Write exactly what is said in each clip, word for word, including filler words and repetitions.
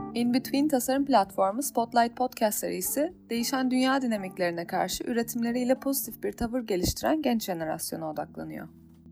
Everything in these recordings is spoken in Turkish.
In Between tasarım platformu Spotlight Podcast serisi, değişen dünya dinamiklerine karşı üretimleriyle pozitif bir tavır geliştiren genç jenerasyona odaklanıyor.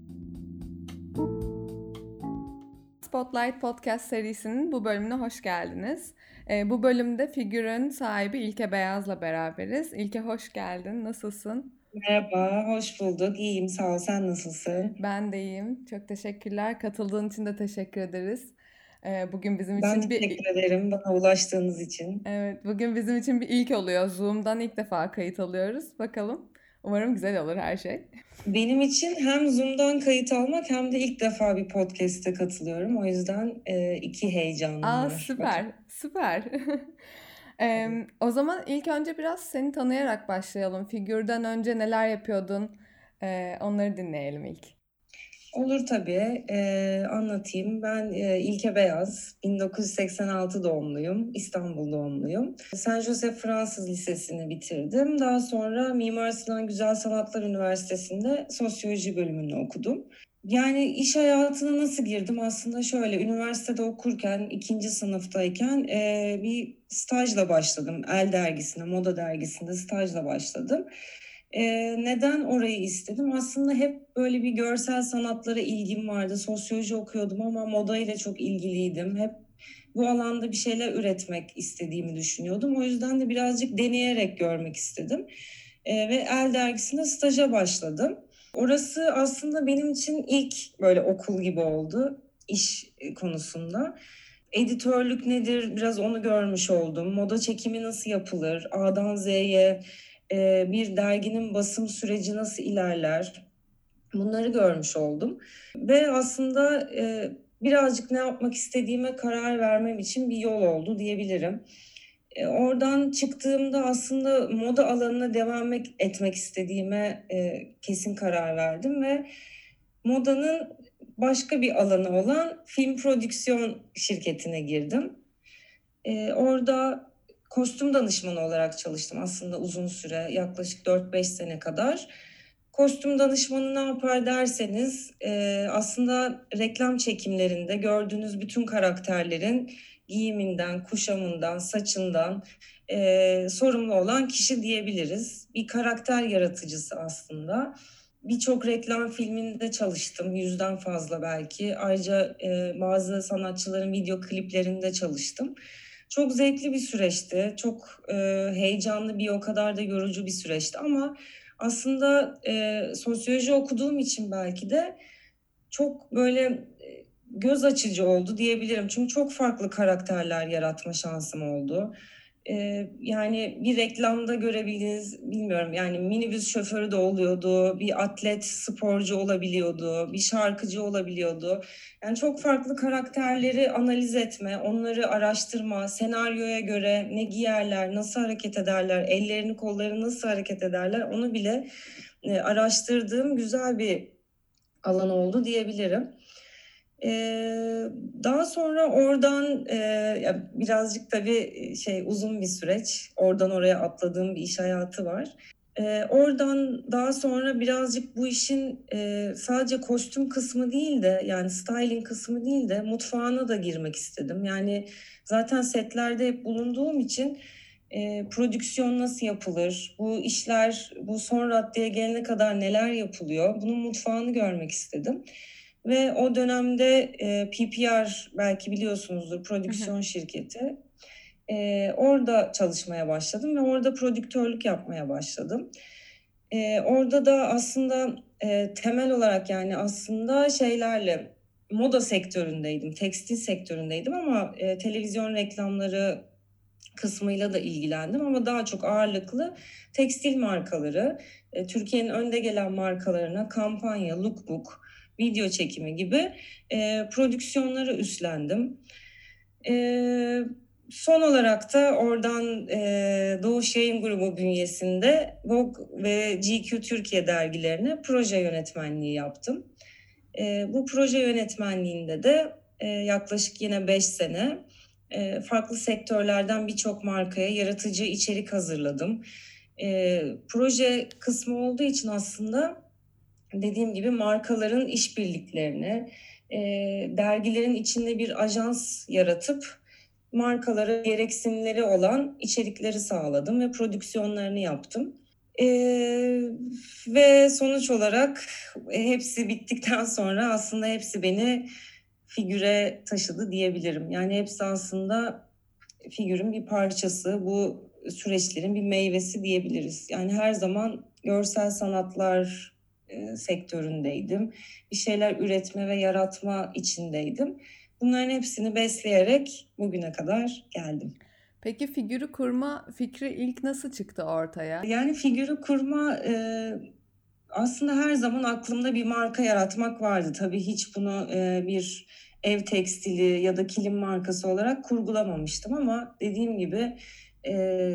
Spotlight Podcast serisinin bu bölümüne hoş geldiniz. Ee, bu bölümde Figür'ün sahibi İlke Beyaz'la beraberiz. İlke hoş geldin, nasılsın? Merhaba, hoş bulduk. İyiyim, sağ ol. Sen nasılsın? Ben de iyiyim, çok teşekkürler. Katıldığın için de teşekkür ederiz. Ee, bugün bizim Ben için bir... teşekkür ederim bana ulaştığınız için. Evet, bugün bizim için bir ilk oluyor. Zoom'dan ilk defa kayıt alıyoruz. Bakalım. Umarım güzel olur her şey. Benim için hem Zoom'dan kayıt almak hem de ilk defa bir podcast'e katılıyorum. O yüzden e, iki heyecanım Aa, var. süper, süper. Ee, o zaman ilk önce biraz seni tanıyarak başlayalım. Figürden önce neler yapıyordun? Ee, onları dinleyelim ilk. Olur tabii. Ee, anlatayım. Ben e, İlke Beyaz, bin dokuz yüz seksen altı doğumluyum. İstanbul doğumluyum. Saint Joseph Fransız Lisesi'ni bitirdim. Daha sonra Mimar Sinan Güzel Sanatlar Üniversitesi'nde sosyoloji bölümünü okudum. Yani iş hayatına nasıl girdim? Aslında şöyle, üniversitede okurken, ikinci sınıftayken e, bir stajla başladım. El dergisinde, moda dergisinde stajla başladım. Ee, neden orayı istedim? Aslında hep böyle bir görsel sanatlara ilgim vardı. Sosyoloji okuyordum ama moda ile çok ilgiliydim. Hep bu alanda bir şeyler üretmek istediğimi düşünüyordum. O yüzden de birazcık deneyerek görmek istedim. Ee, ve El dergisinde staja başladım. Orası aslında benim için ilk böyle okul gibi oldu iş konusunda. Editörlük nedir? Biraz onu görmüş oldum. Moda çekimi nasıl yapılır? A'dan Z'ye bir derginin basım süreci nasıl ilerler? Bunları görmüş oldum. Ve aslında birazcık ne yapmak istediğime karar vermem için bir yol oldu diyebilirim. Oradan çıktığımda aslında moda alanına devam etmek istediğime kesin karar verdim ve modanın başka bir alanı olan film prodüksiyon şirketine girdim. Orada kostüm danışmanı olarak çalıştım aslında uzun süre, yaklaşık dört beş sene kadar. Kostüm danışmanı ne yapar derseniz aslında reklam çekimlerinde gördüğünüz bütün karakterlerin giyiminden, kuşamından, saçından e, sorumlu olan kişi diyebiliriz. Bir karakter yaratıcısı aslında. Birçok reklam filminde çalıştım, yüzden fazla belki. Ayrıca e, bazı sanatçıların video kliplerinde çalıştım. Çok zevkli bir süreçti, çok e, heyecanlı bir o kadar da yorucu bir süreçti ama aslında e, sosyoloji okuduğum için belki de çok böyle göz açıcı oldu diyebilirim. Çünkü çok farklı karakterler yaratma şansım oldu. Ee, yani bir reklamda görebildiğiniz, bilmiyorum yani minibüs şoförü de oluyordu, bir atlet sporcu olabiliyordu, bir şarkıcı olabiliyordu. Yani çok farklı karakterleri analiz etme, onları araştırma, senaryoya göre ne giyerler, nasıl hareket ederler, ellerini kollarını nasıl hareket ederler onu bile e, araştırdığım güzel bir alan oldu diyebilirim. Ee, daha sonra oradan e, birazcık tabii şey uzun bir süreç. Oradan oraya atladığım bir iş hayatı var. Ee, oradan daha sonra birazcık bu işin e, sadece kostüm kısmı değil de yani styling kısmı değil de mutfağına da girmek istedim. Yani zaten setlerde hep bulunduğum için e, prodüksiyon nasıl yapılır? Bu işler bu son raddeye gelene kadar neler yapılıyor? Bunun mutfağını görmek istedim. Ve o dönemde e, P P R belki biliyorsunuzdur prodüksiyon şirketi. E, orada çalışmaya başladım ve orada prodüktörlük yapmaya başladım. E, orada da aslında e, temel olarak yani aslında şeylerle moda sektöründeydim, tekstil sektöründeydim ama e, televizyon reklamları kısmıyla da ilgilendim ama daha çok ağırlıklı tekstil markaları, e, Türkiye'nin önde gelen markalarına kampanya, lookbook, video çekimi gibi e, prodüksiyonları üstlendim. E, son olarak da oradan e, Doğuş Yayın Grubu bünyesinde Vogue ve G Q Türkiye dergilerine proje yönetmenliği yaptım. E, bu proje yönetmenliğinde de e, yaklaşık yine beş sene e, farklı sektörlerden birçok markaya yaratıcı içerik hazırladım. E, proje kısmı olduğu için aslında dediğim gibi markaların işbirliklerini, e, dergilerin içinde bir ajans yaratıp markalara gereksinimleri olan içerikleri sağladım ve prodüksiyonlarını yaptım. Ee, ve sonuç olarak e, hepsi bittikten sonra aslında hepsi beni figüre taşıdı diyebilirim. Yani hepsi aslında figürün bir parçası, bu süreçlerin bir meyvesi diyebiliriz. Yani her zaman görsel sanatlar e, sektöründeydim. Bir şeyler üretme ve yaratma içindeydim. Bunların hepsini besleyerek bugüne kadar geldim. Peki figürü kurma fikri ilk nasıl çıktı ortaya? Yani figürü kurma e, aslında her zaman aklımda bir marka yaratmak vardı. Tabii hiç bunu e, bir ev tekstili ya da kilim markası olarak kurgulamamıştım ama dediğim gibi e,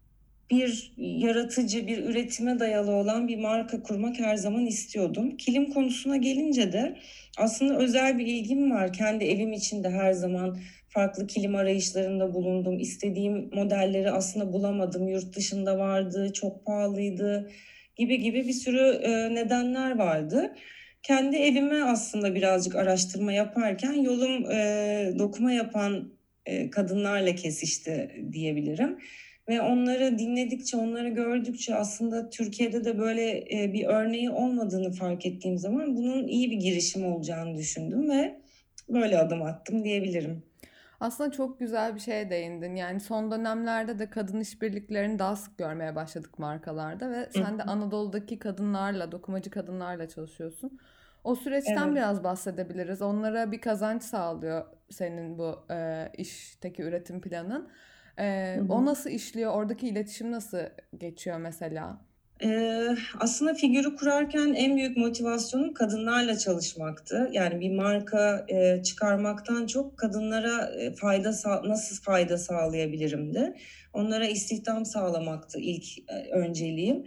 bir yaratıcı, bir üretime dayalı olan bir marka kurmak her zaman istiyordum. Kilim konusuna gelince de aslında özel bir ilgim var. Kendi evim içinde her zaman farklı kilim arayışlarında bulundum. İstediğim modelleri aslında bulamadım. Yurt dışında vardı, çok pahalıydı gibi gibi bir sürü e, nedenler vardı. Kendi evime aslında birazcık araştırma yaparken yolum e, dokuma yapan e, kadınlarla kesişti diyebilirim. Ve onları dinledikçe, onları gördükçe aslında Türkiye'de de böyle e, bir örneği olmadığını fark ettiğim zaman bunun iyi bir girişim olacağını düşündüm ve böyle adım attım diyebilirim. Aslında çok güzel bir şeye değindin. Yani son dönemlerde de kadın işbirliklerini daha sık görmeye başladık markalarda ve Hı. sen de Anadolu'daki kadınlarla, dokumacı kadınlarla çalışıyorsun. O süreçten Evet. biraz bahsedebiliriz. Onlara bir kazanç sağlıyor senin bu e, işteki üretim planın. E, Hı hı. o nasıl işliyor? Oradaki iletişim nasıl geçiyor mesela? Ee, aslında figürü kurarken en büyük motivasyonum kadınlarla çalışmaktı. Yani bir marka e, çıkarmaktan çok kadınlara e, fayda sa- nasıl fayda sağlayabilirimdi. Onlara istihdam sağlamaktı ilk e, önceliğim.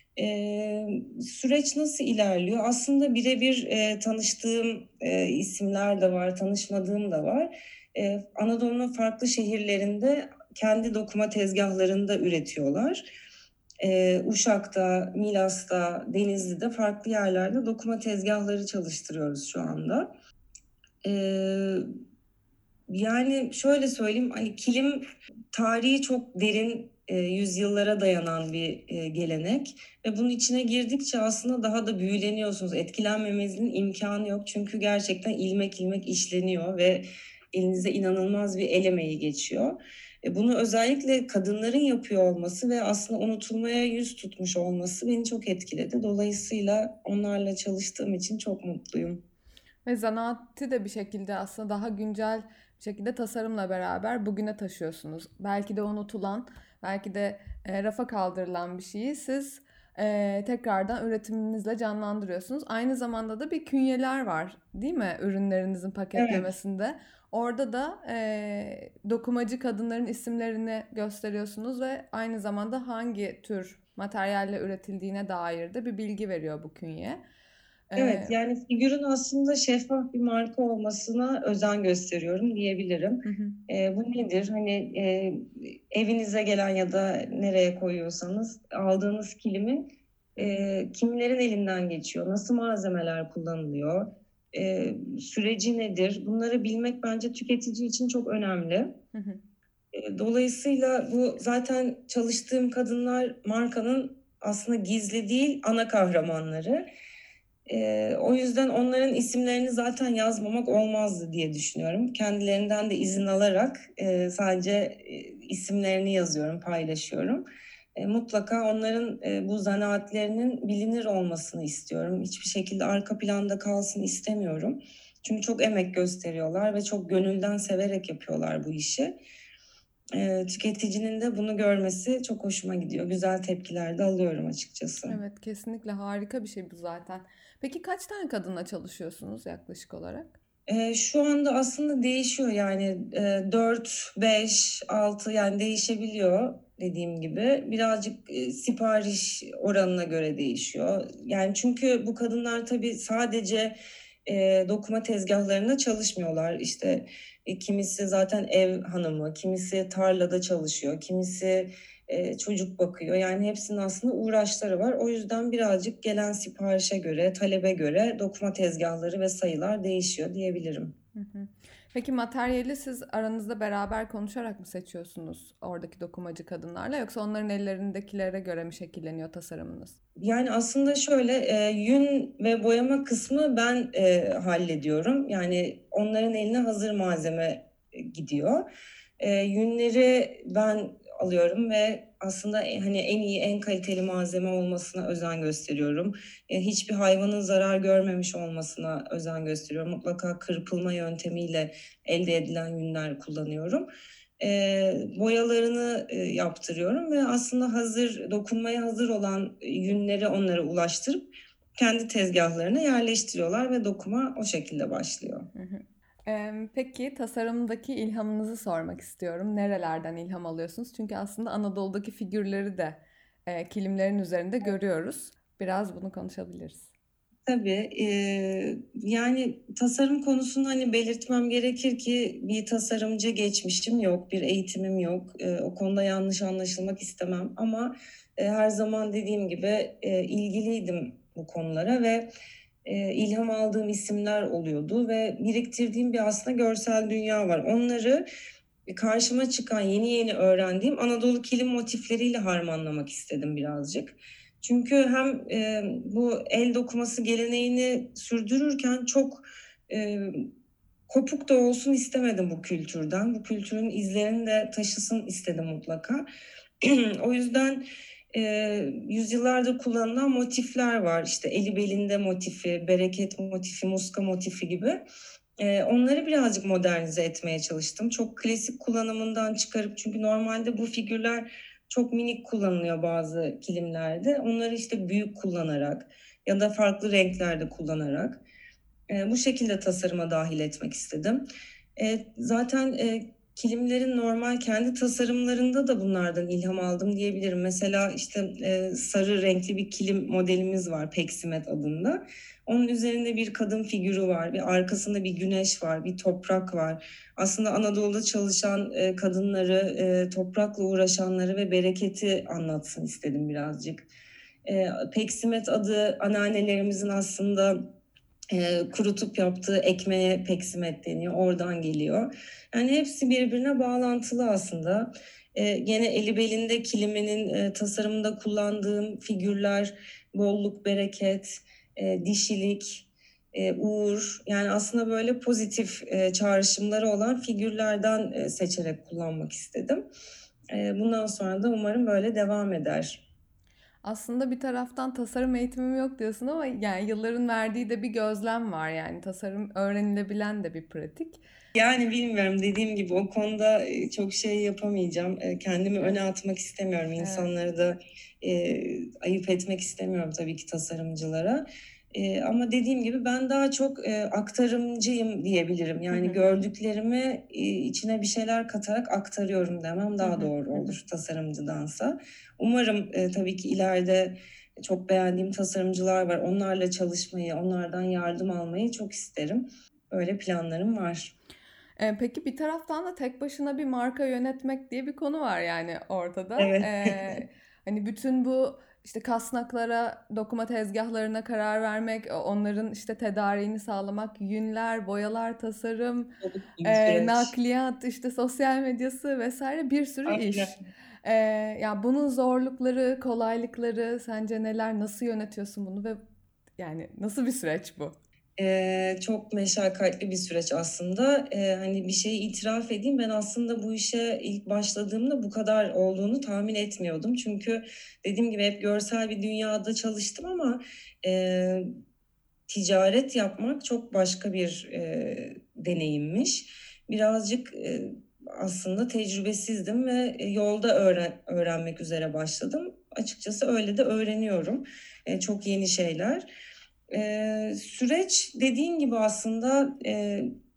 Ee, süreç nasıl ilerliyor? Aslında birebir e, tanıştığım e, isimler de var, tanışmadığım da var. E, Anadolu'nun farklı şehirlerinde kendi dokuma tezgahlarında üretiyorlar. Ee, Uşak'ta, Milas'ta, Denizli'de farklı yerlerde dokuma tezgahları çalıştırıyoruz şu anda. Ee, yani şöyle söyleyeyim, hani kilim tarihi çok derin, e, yüzyıllara dayanan bir e, gelenek ve bunun içine girdikçe aslında daha da büyüleniyorsunuz. Etkilenmemenizin imkanı yok çünkü gerçekten ilmek ilmek işleniyor ve elinize inanılmaz bir el emeği geçiyor. E, bunu özellikle kadınların yapıyor olması ve aslında unutulmaya yüz tutmuş olması beni çok etkiledi. Dolayısıyla onlarla çalıştığım için çok mutluyum. Ve zanaati de bir şekilde aslında daha güncel bir şekilde tasarımla beraber bugüne taşıyorsunuz. Belki de unutulan, belki de e, rafa kaldırılan bir şeyi siz e, tekrardan üretiminizle canlandırıyorsunuz. Aynı zamanda da bir künyeler var, değil mi? Ürünlerinizin Evet. paketlemesinde. Orada da e, dokumacı kadınların isimlerini gösteriyorsunuz ve aynı zamanda hangi tür materyalle üretildiğine dair de bir bilgi veriyor bu künye. Evet, E, yani figürün aslında şeffaf bir marka olmasına özen gösteriyorum diyebilirim. hı hı. E, bu nedir? Hani e, evinize gelen ya da nereye koyuyorsanız aldığınız kilimin Hı hı. e, kimlerin elinden geçiyor, nasıl malzemeler kullanılıyor, e, süreci nedir? Bunları bilmek bence tüketici için çok önemli. Hı hı. E, dolayısıyla bu zaten çalıştığım kadınlar markanın aslında gizli değil ana kahramanları. Ee, o yüzden onların isimlerini zaten yazmamak olmazdı diye düşünüyorum. Kendilerinden de izin alarak e, sadece e, isimlerini yazıyorum, paylaşıyorum. E, mutlaka onların e, bu zanaatlerinin bilinir olmasını istiyorum. Hiçbir şekilde arka planda kalsın istemiyorum. Çünkü çok emek gösteriyorlar ve çok gönülden severek yapıyorlar bu işi. E, tüketicinin de bunu görmesi çok hoşuma gidiyor. Güzel tepkiler de alıyorum açıkçası. Evet, kesinlikle harika bir şey bu zaten. Peki kaç tane kadınla çalışıyorsunuz yaklaşık olarak? Ee, şu anda aslında değişiyor yani e, dört, beş, altı yani değişebiliyor dediğim gibi. Birazcık e, sipariş oranına göre değişiyor. Yani çünkü bu kadınlar tabii sadece e, dokuma tezgahlarında çalışmıyorlar. İşte e, kimisi zaten ev hanımı, kimisi tarlada çalışıyor, kimisi e, çocuk bakıyor. Yani hepsinin aslında uğraşları var. O yüzden birazcık gelen siparişe göre, talebe göre dokuma tezgahları ve sayılar değişiyor diyebilirim. Hı hı. Peki materyali siz aranızda beraber konuşarak mı seçiyorsunuz oradaki dokumacı kadınlarla yoksa onların ellerindekilere göre mi şekilleniyor tasarımınız? Yani aslında şöyle e, yün ve boyama kısmı ben e, hallediyorum. Yani onların eline hazır malzeme e, gidiyor. E, yünleri ben alıyorum ve aslında e, hani en iyi, en kaliteli malzeme olmasına özen gösteriyorum. E, hiçbir hayvanın zarar görmemiş olmasına özen gösteriyorum. Mutlaka kırpılma yöntemiyle elde edilen yünler kullanıyorum. E, boyalarını e, yaptırıyorum ve aslında hazır dokunmaya hazır olan yünleri onlara ulaştırıp kendi tezgahlarına yerleştiriyorlar ve dokuma o şekilde başlıyor. Hı hı. Em, Peki tasarımdaki ilhamınızı sormak istiyorum. Nerelerden ilham alıyorsunuz? Çünkü aslında Anadolu'daki figürleri de e, kilimlerin üzerinde görüyoruz. Biraz bunu konuşabiliriz. Tabii, eee, yani tasarım konusunda hani belirtmem gerekir ki bir tasarımcı geçmişim yok, bir eğitimim yok. Eee, o konuda yanlış anlaşılmak istemem ama e, her zaman dediğim gibi e, ilgiliydim bu konulara ve e, ilham aldığım isimler oluyordu ve biriktirdiğim bir aslında görsel dünya var. Onları karşıma çıkan yeni yeni öğrendiğim Anadolu kilim motifleriyle harmanlamak istedim birazcık. Çünkü hem e, bu el dokuması geleneğini sürdürürken çok e, kopuk da olsun istemedim bu kültürden. Bu kültürün izlerini de taşısın istedim mutlaka. O yüzden e, yüzyıllardır kullanılan motifler var. İşte eli belinde motifi, bereket motifi, muska motifi gibi. E, onları birazcık modernize etmeye çalıştım. Çok klasik kullanımından çıkarıp çünkü normalde bu figürler çok minik kullanılıyor bazı kilimlerde. Onları işte büyük kullanarak ya da farklı renklerde kullanarak e, bu şekilde tasarıma dahil etmek istedim. E, zaten e, kilimlerin normal kendi tasarımlarında da bunlardan ilham aldım diyebilirim. Mesela işte e, sarı renkli bir kilim modelimiz var Peksimet adında. Onun üzerinde bir kadın figürü var, bir arkasında bir güneş var, bir toprak var. Aslında Anadolu'da çalışan e, kadınları, e, toprakla uğraşanları ve bereketi anlatsın istedim birazcık. E, Peksimet adı anneannelerimizin aslında e, kurutup yaptığı ekmeğe peksimet deniyor. Oradan geliyor. Yani hepsi birbirine bağlantılı aslında. E, gene eli belinde kiliminin e, tasarımında kullandığım figürler, bolluk, bereket, e, dişilik, e, uğur. Yani aslında böyle pozitif e, çağrışımları olan figürlerden e, seçerek kullanmak istedim. E, bundan sonra da umarım böyle devam eder. Aslında bir taraftan tasarım eğitimim yok diyorsun ama yani yılların verdiği de bir gözlem var yani tasarım öğrenilebilen de bir pratik. Yani bilmiyorum dediğim gibi o konuda e, çok şey yapamayacağım. E, Kendimi öne atmak istemiyorum. Evet. İnsanları da e, ayıp etmek istemiyorum tabii ki tasarımcılara. E, ama dediğim gibi ben daha çok e, aktarımcıyım diyebilirim. Hı Yani hı, gördüklerimi e, içine bir şeyler katarak aktarıyorum demem hı daha hı, doğru hı hı. olur tasarımcıdansa. Umarım e, tabii ki ileride çok beğendiğim tasarımcılar var. Onlarla çalışmayı, onlardan yardım almayı çok isterim. Öyle planlarım var. Ee, peki bir taraftan da tek başına bir marka yönetmek diye bir konu var yani ortada. Evet. Ee, hani bütün bu işte kasnaklara, dokuma tezgahlarına karar vermek, onların işte tedariğini sağlamak, yünler, boyalar, tasarım, Oldukça bir e, süreç. nakliyat, işte sosyal medyası vesaire bir sürü iş. Aynen. Ee, ya bunun zorlukları, kolaylıkları sence neler? Nasıl yönetiyorsun bunu ve yani nasıl bir süreç bu? Ee, çok meşakkatli bir süreç aslında. Ee, hani bir şeyi itiraf edeyim. Ben aslında bu işe ilk başladığımda bu kadar olduğunu tahmin etmiyordum. Çünkü dediğim gibi hep görsel bir dünyada çalıştım ama e, ticaret yapmak çok başka bir e, deneyimmiş. Birazcık e, aslında tecrübesizdim ve e, yolda öğren öğrenmek üzere başladım. Açıkçası öyle de öğreniyorum. E, çok yeni şeyler. E, süreç dediğin gibi aslında e,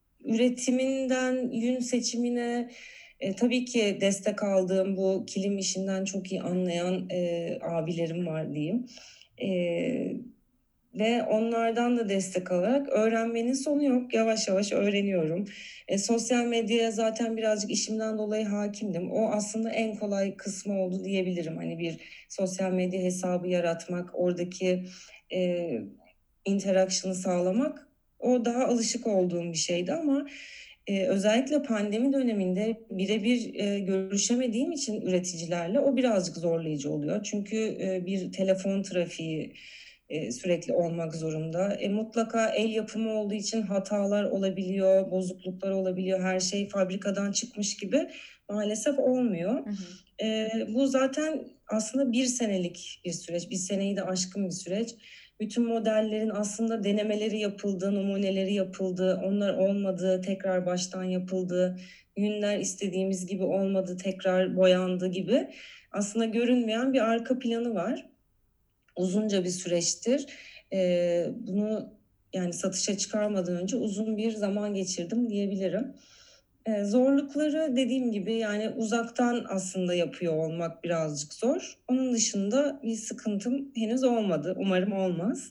üretiminden yün seçimine e, tabii ki destek aldığım bu kilim işinden çok iyi anlayan e, abilerim var diyeyim. E, ve onlardan da destek alarak öğrenmenin sonu yok. Yavaş yavaş öğreniyorum. E, sosyal medyaya zaten birazcık işimden dolayı hakimdim. O aslında en kolay kısmı oldu diyebilirim. Hani bir sosyal medya hesabı yaratmak, oradaki e, interaction'ı sağlamak, o daha alışık olduğum bir şeydi ama e, özellikle pandemi döneminde birebir e, görüşemediğim için üreticilerle o birazcık zorlayıcı oluyor. Çünkü e, bir telefon trafiği e, sürekli olmak zorunda. E, mutlaka el yapımı olduğu için hatalar olabiliyor, bozukluklar olabiliyor. Her şey fabrikadan çıkmış gibi maalesef olmuyor. Hı hı. E, bu zaten aslında bir senelik bir süreç, bir seneyi de aşkın bir süreç. Bütün modellerin aslında denemeleri yapıldı, numuneleri yapıldı, onlar olmadı, tekrar baştan yapıldı, yünler istediğimiz gibi olmadı, tekrar boyandı gibi. Aslında görünmeyen bir arka planı var. Uzunca bir süreçtir. Ee, bunu yani satışa çıkarmadan önce uzun bir zaman geçirdim diyebilirim. Ee, zorlukları dediğim gibi yani uzaktan aslında yapıyor olmak birazcık zor. Onun dışında bir sıkıntım henüz olmadı. Umarım olmaz.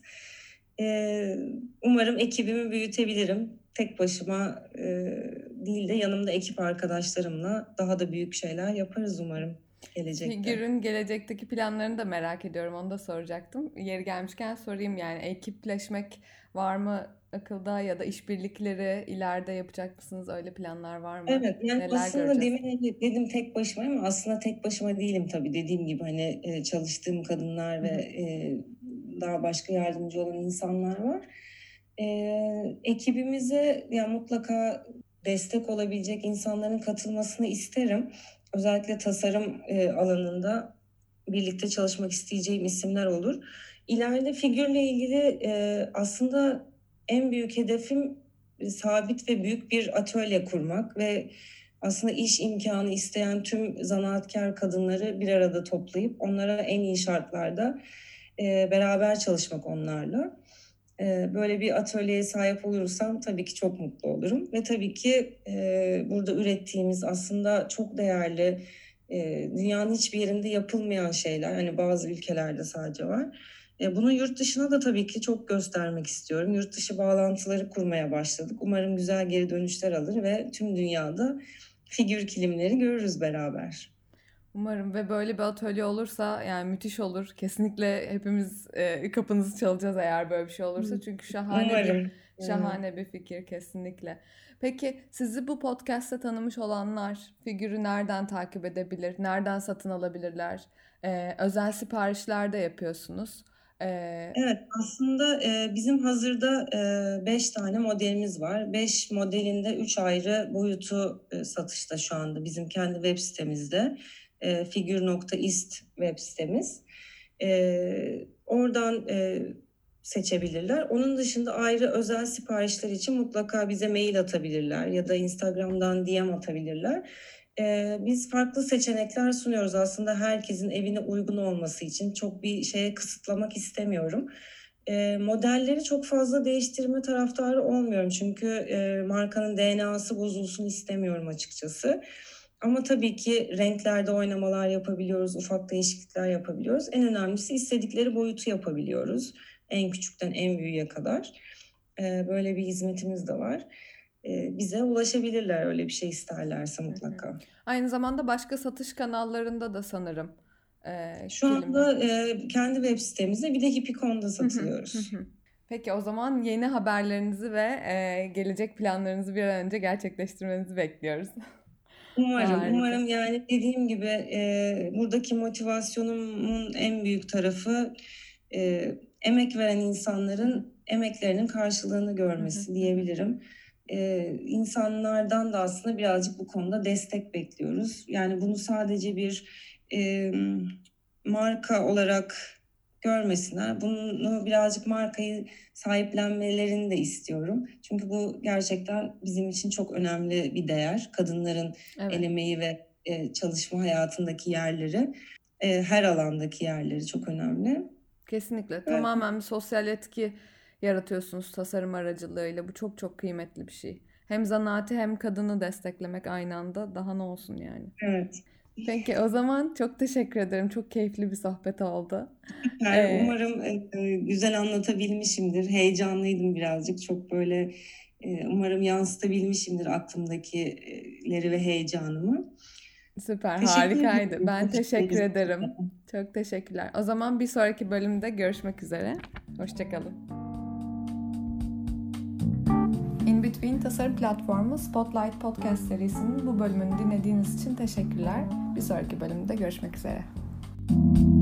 Ee, umarım ekibimi büyütebilirim. Tek başıma e, değil de yanımda ekip arkadaşlarımla daha da büyük şeyler yaparız umarım gelecekte. Figürün gelecekteki planlarını da merak ediyorum. Onu da soracaktım. Yeri gelmişken sorayım, yani ekipleşmek var mı akılda ya da işbirlikleri ileride yapacak mısınız? Öyle planlar var mı? Evet, yani Neler aslında göreceğiz? demin hani dedim tek başıma ama aslında tek başıma değilim tabii. Dediğim gibi hani e, çalıştığım kadınlar Hı ve hı. e, daha başka yardımcı olan insanlar var. E, ekibimize ya mutlaka destek olabilecek insanların katılmasını isterim. Özellikle tasarım e, alanında birlikte çalışmak isteyeceğim isimler olur. İleride figürle ilgili e, aslında en büyük hedefim sabit ve büyük bir atölye kurmak ve aslında iş imkanı isteyen tüm zanaatkar kadınları bir arada toplayıp onlara en iyi şartlarda e, beraber çalışmak onlarla. E, böyle bir atölyeye sahip olursam tabii ki çok mutlu olurum ve tabii ki e, burada ürettiğimiz aslında çok değerli, e, dünyanın hiçbir yerinde yapılmayan şeyler, hani bazı ülkelerde sadece var. E, bunu yurt dışına da tabii ki çok göstermek istiyorum. Yurt dışı bağlantıları kurmaya başladık. Umarım güzel geri dönüşler alır ve tüm dünyada figür kilimleri görürüz beraber. Umarım ve böyle bir atölye olursa yani müthiş olur. Kesinlikle hepimiz e, kapınızı çalacağız eğer böyle bir şey olursa. Çünkü şahane bir Umarım. Yani. şahane bir fikir kesinlikle. Peki sizi bu podcast'te tanımış olanlar figürü nereden takip edebilir? Nereden satın alabilirler? E, özel siparişler de yapıyorsunuz. E, Evet, aslında e, bizim hazırda e, beş tane modelimiz var. Beş modelinde üç ayrı boyutu e, satışta şu anda bizim kendi web sitemizde. E, figür nokta ist web sitemiz. E, oradan e, seçebilirler. Onun dışında ayrı özel siparişler için mutlaka bize mail atabilirler ya da Instagram'dan D M atabilirler. Ee, biz farklı seçenekler sunuyoruz aslında herkesin evine uygun olması için. Çok bir şeye kısıtlamak istemiyorum. Ee, modelleri çok fazla değiştirme taraftarı olmuyorum. Çünkü e, markanın D N A'sı bozulsun istemiyorum açıkçası. Ama tabii ki renklerde oynamalar yapabiliyoruz, ufak değişiklikler yapabiliyoruz. En önemlisi istedikleri boyutu yapabiliyoruz. En küçükten en büyüğe kadar. Ee, böyle bir hizmetimiz de var. Ee, bize ulaşabilirler öyle bir şey isterlerse hı hı. mutlaka. Aynı zamanda başka satış kanallarında da sanırım e, Şu kilimler. anda e, kendi web sitemizde bir de Hipikon'da Hı hı, hı satılıyoruz. hı. Peki o zaman yeni haberlerinizi ve e, gelecek planlarınızı bir an önce gerçekleştirmenizi bekliyoruz. Umarım, Harika. umarım yani dediğim gibi e, buradaki motivasyonumun en büyük tarafı e, emek veren Hı hı, insanların emeklerinin karşılığını hı hı, görmesi hı hı. diyebilirim. E, insanlardan da aslında birazcık bu konuda destek bekliyoruz. Yani bunu sadece bir e, marka olarak görmesinler. Bunu birazcık markayı sahiplenmelerini de istiyorum. Çünkü bu gerçekten bizim için çok önemli bir değer. Kadınların el Evet, emeği ve e, çalışma hayatındaki yerleri, e, her alandaki yerleri çok önemli. kesinlikle. Ve Tamamen bir sosyal etki yaratıyorsunuz tasarım aracılığıyla. Bu çok çok kıymetli bir şey. Hem zanaati hem kadını desteklemek aynı anda daha ne olsun yani. evet, Peki o zaman çok teşekkür ederim. Çok keyifli bir sohbet oldu. Süper. Ee, Umarım e, güzel anlatabilmişimdir. Heyecanlıydım birazcık. Çok böyle e, umarım yansıtabilmişimdir aklımdakileri ve heyecanımı. Süper, Teşekkür harikaydı. ediyorum Ben teşekkür konuşmalarınız ederim. için. Çok teşekkürler. O zaman bir sonraki bölümde görüşmek üzere. Hoşçakalın. In Between Tasarım Platformu Spotlight Podcast serisinin bu bölümünü dinlediğiniz için teşekkürler. Bir sonraki bölümde görüşmek üzere.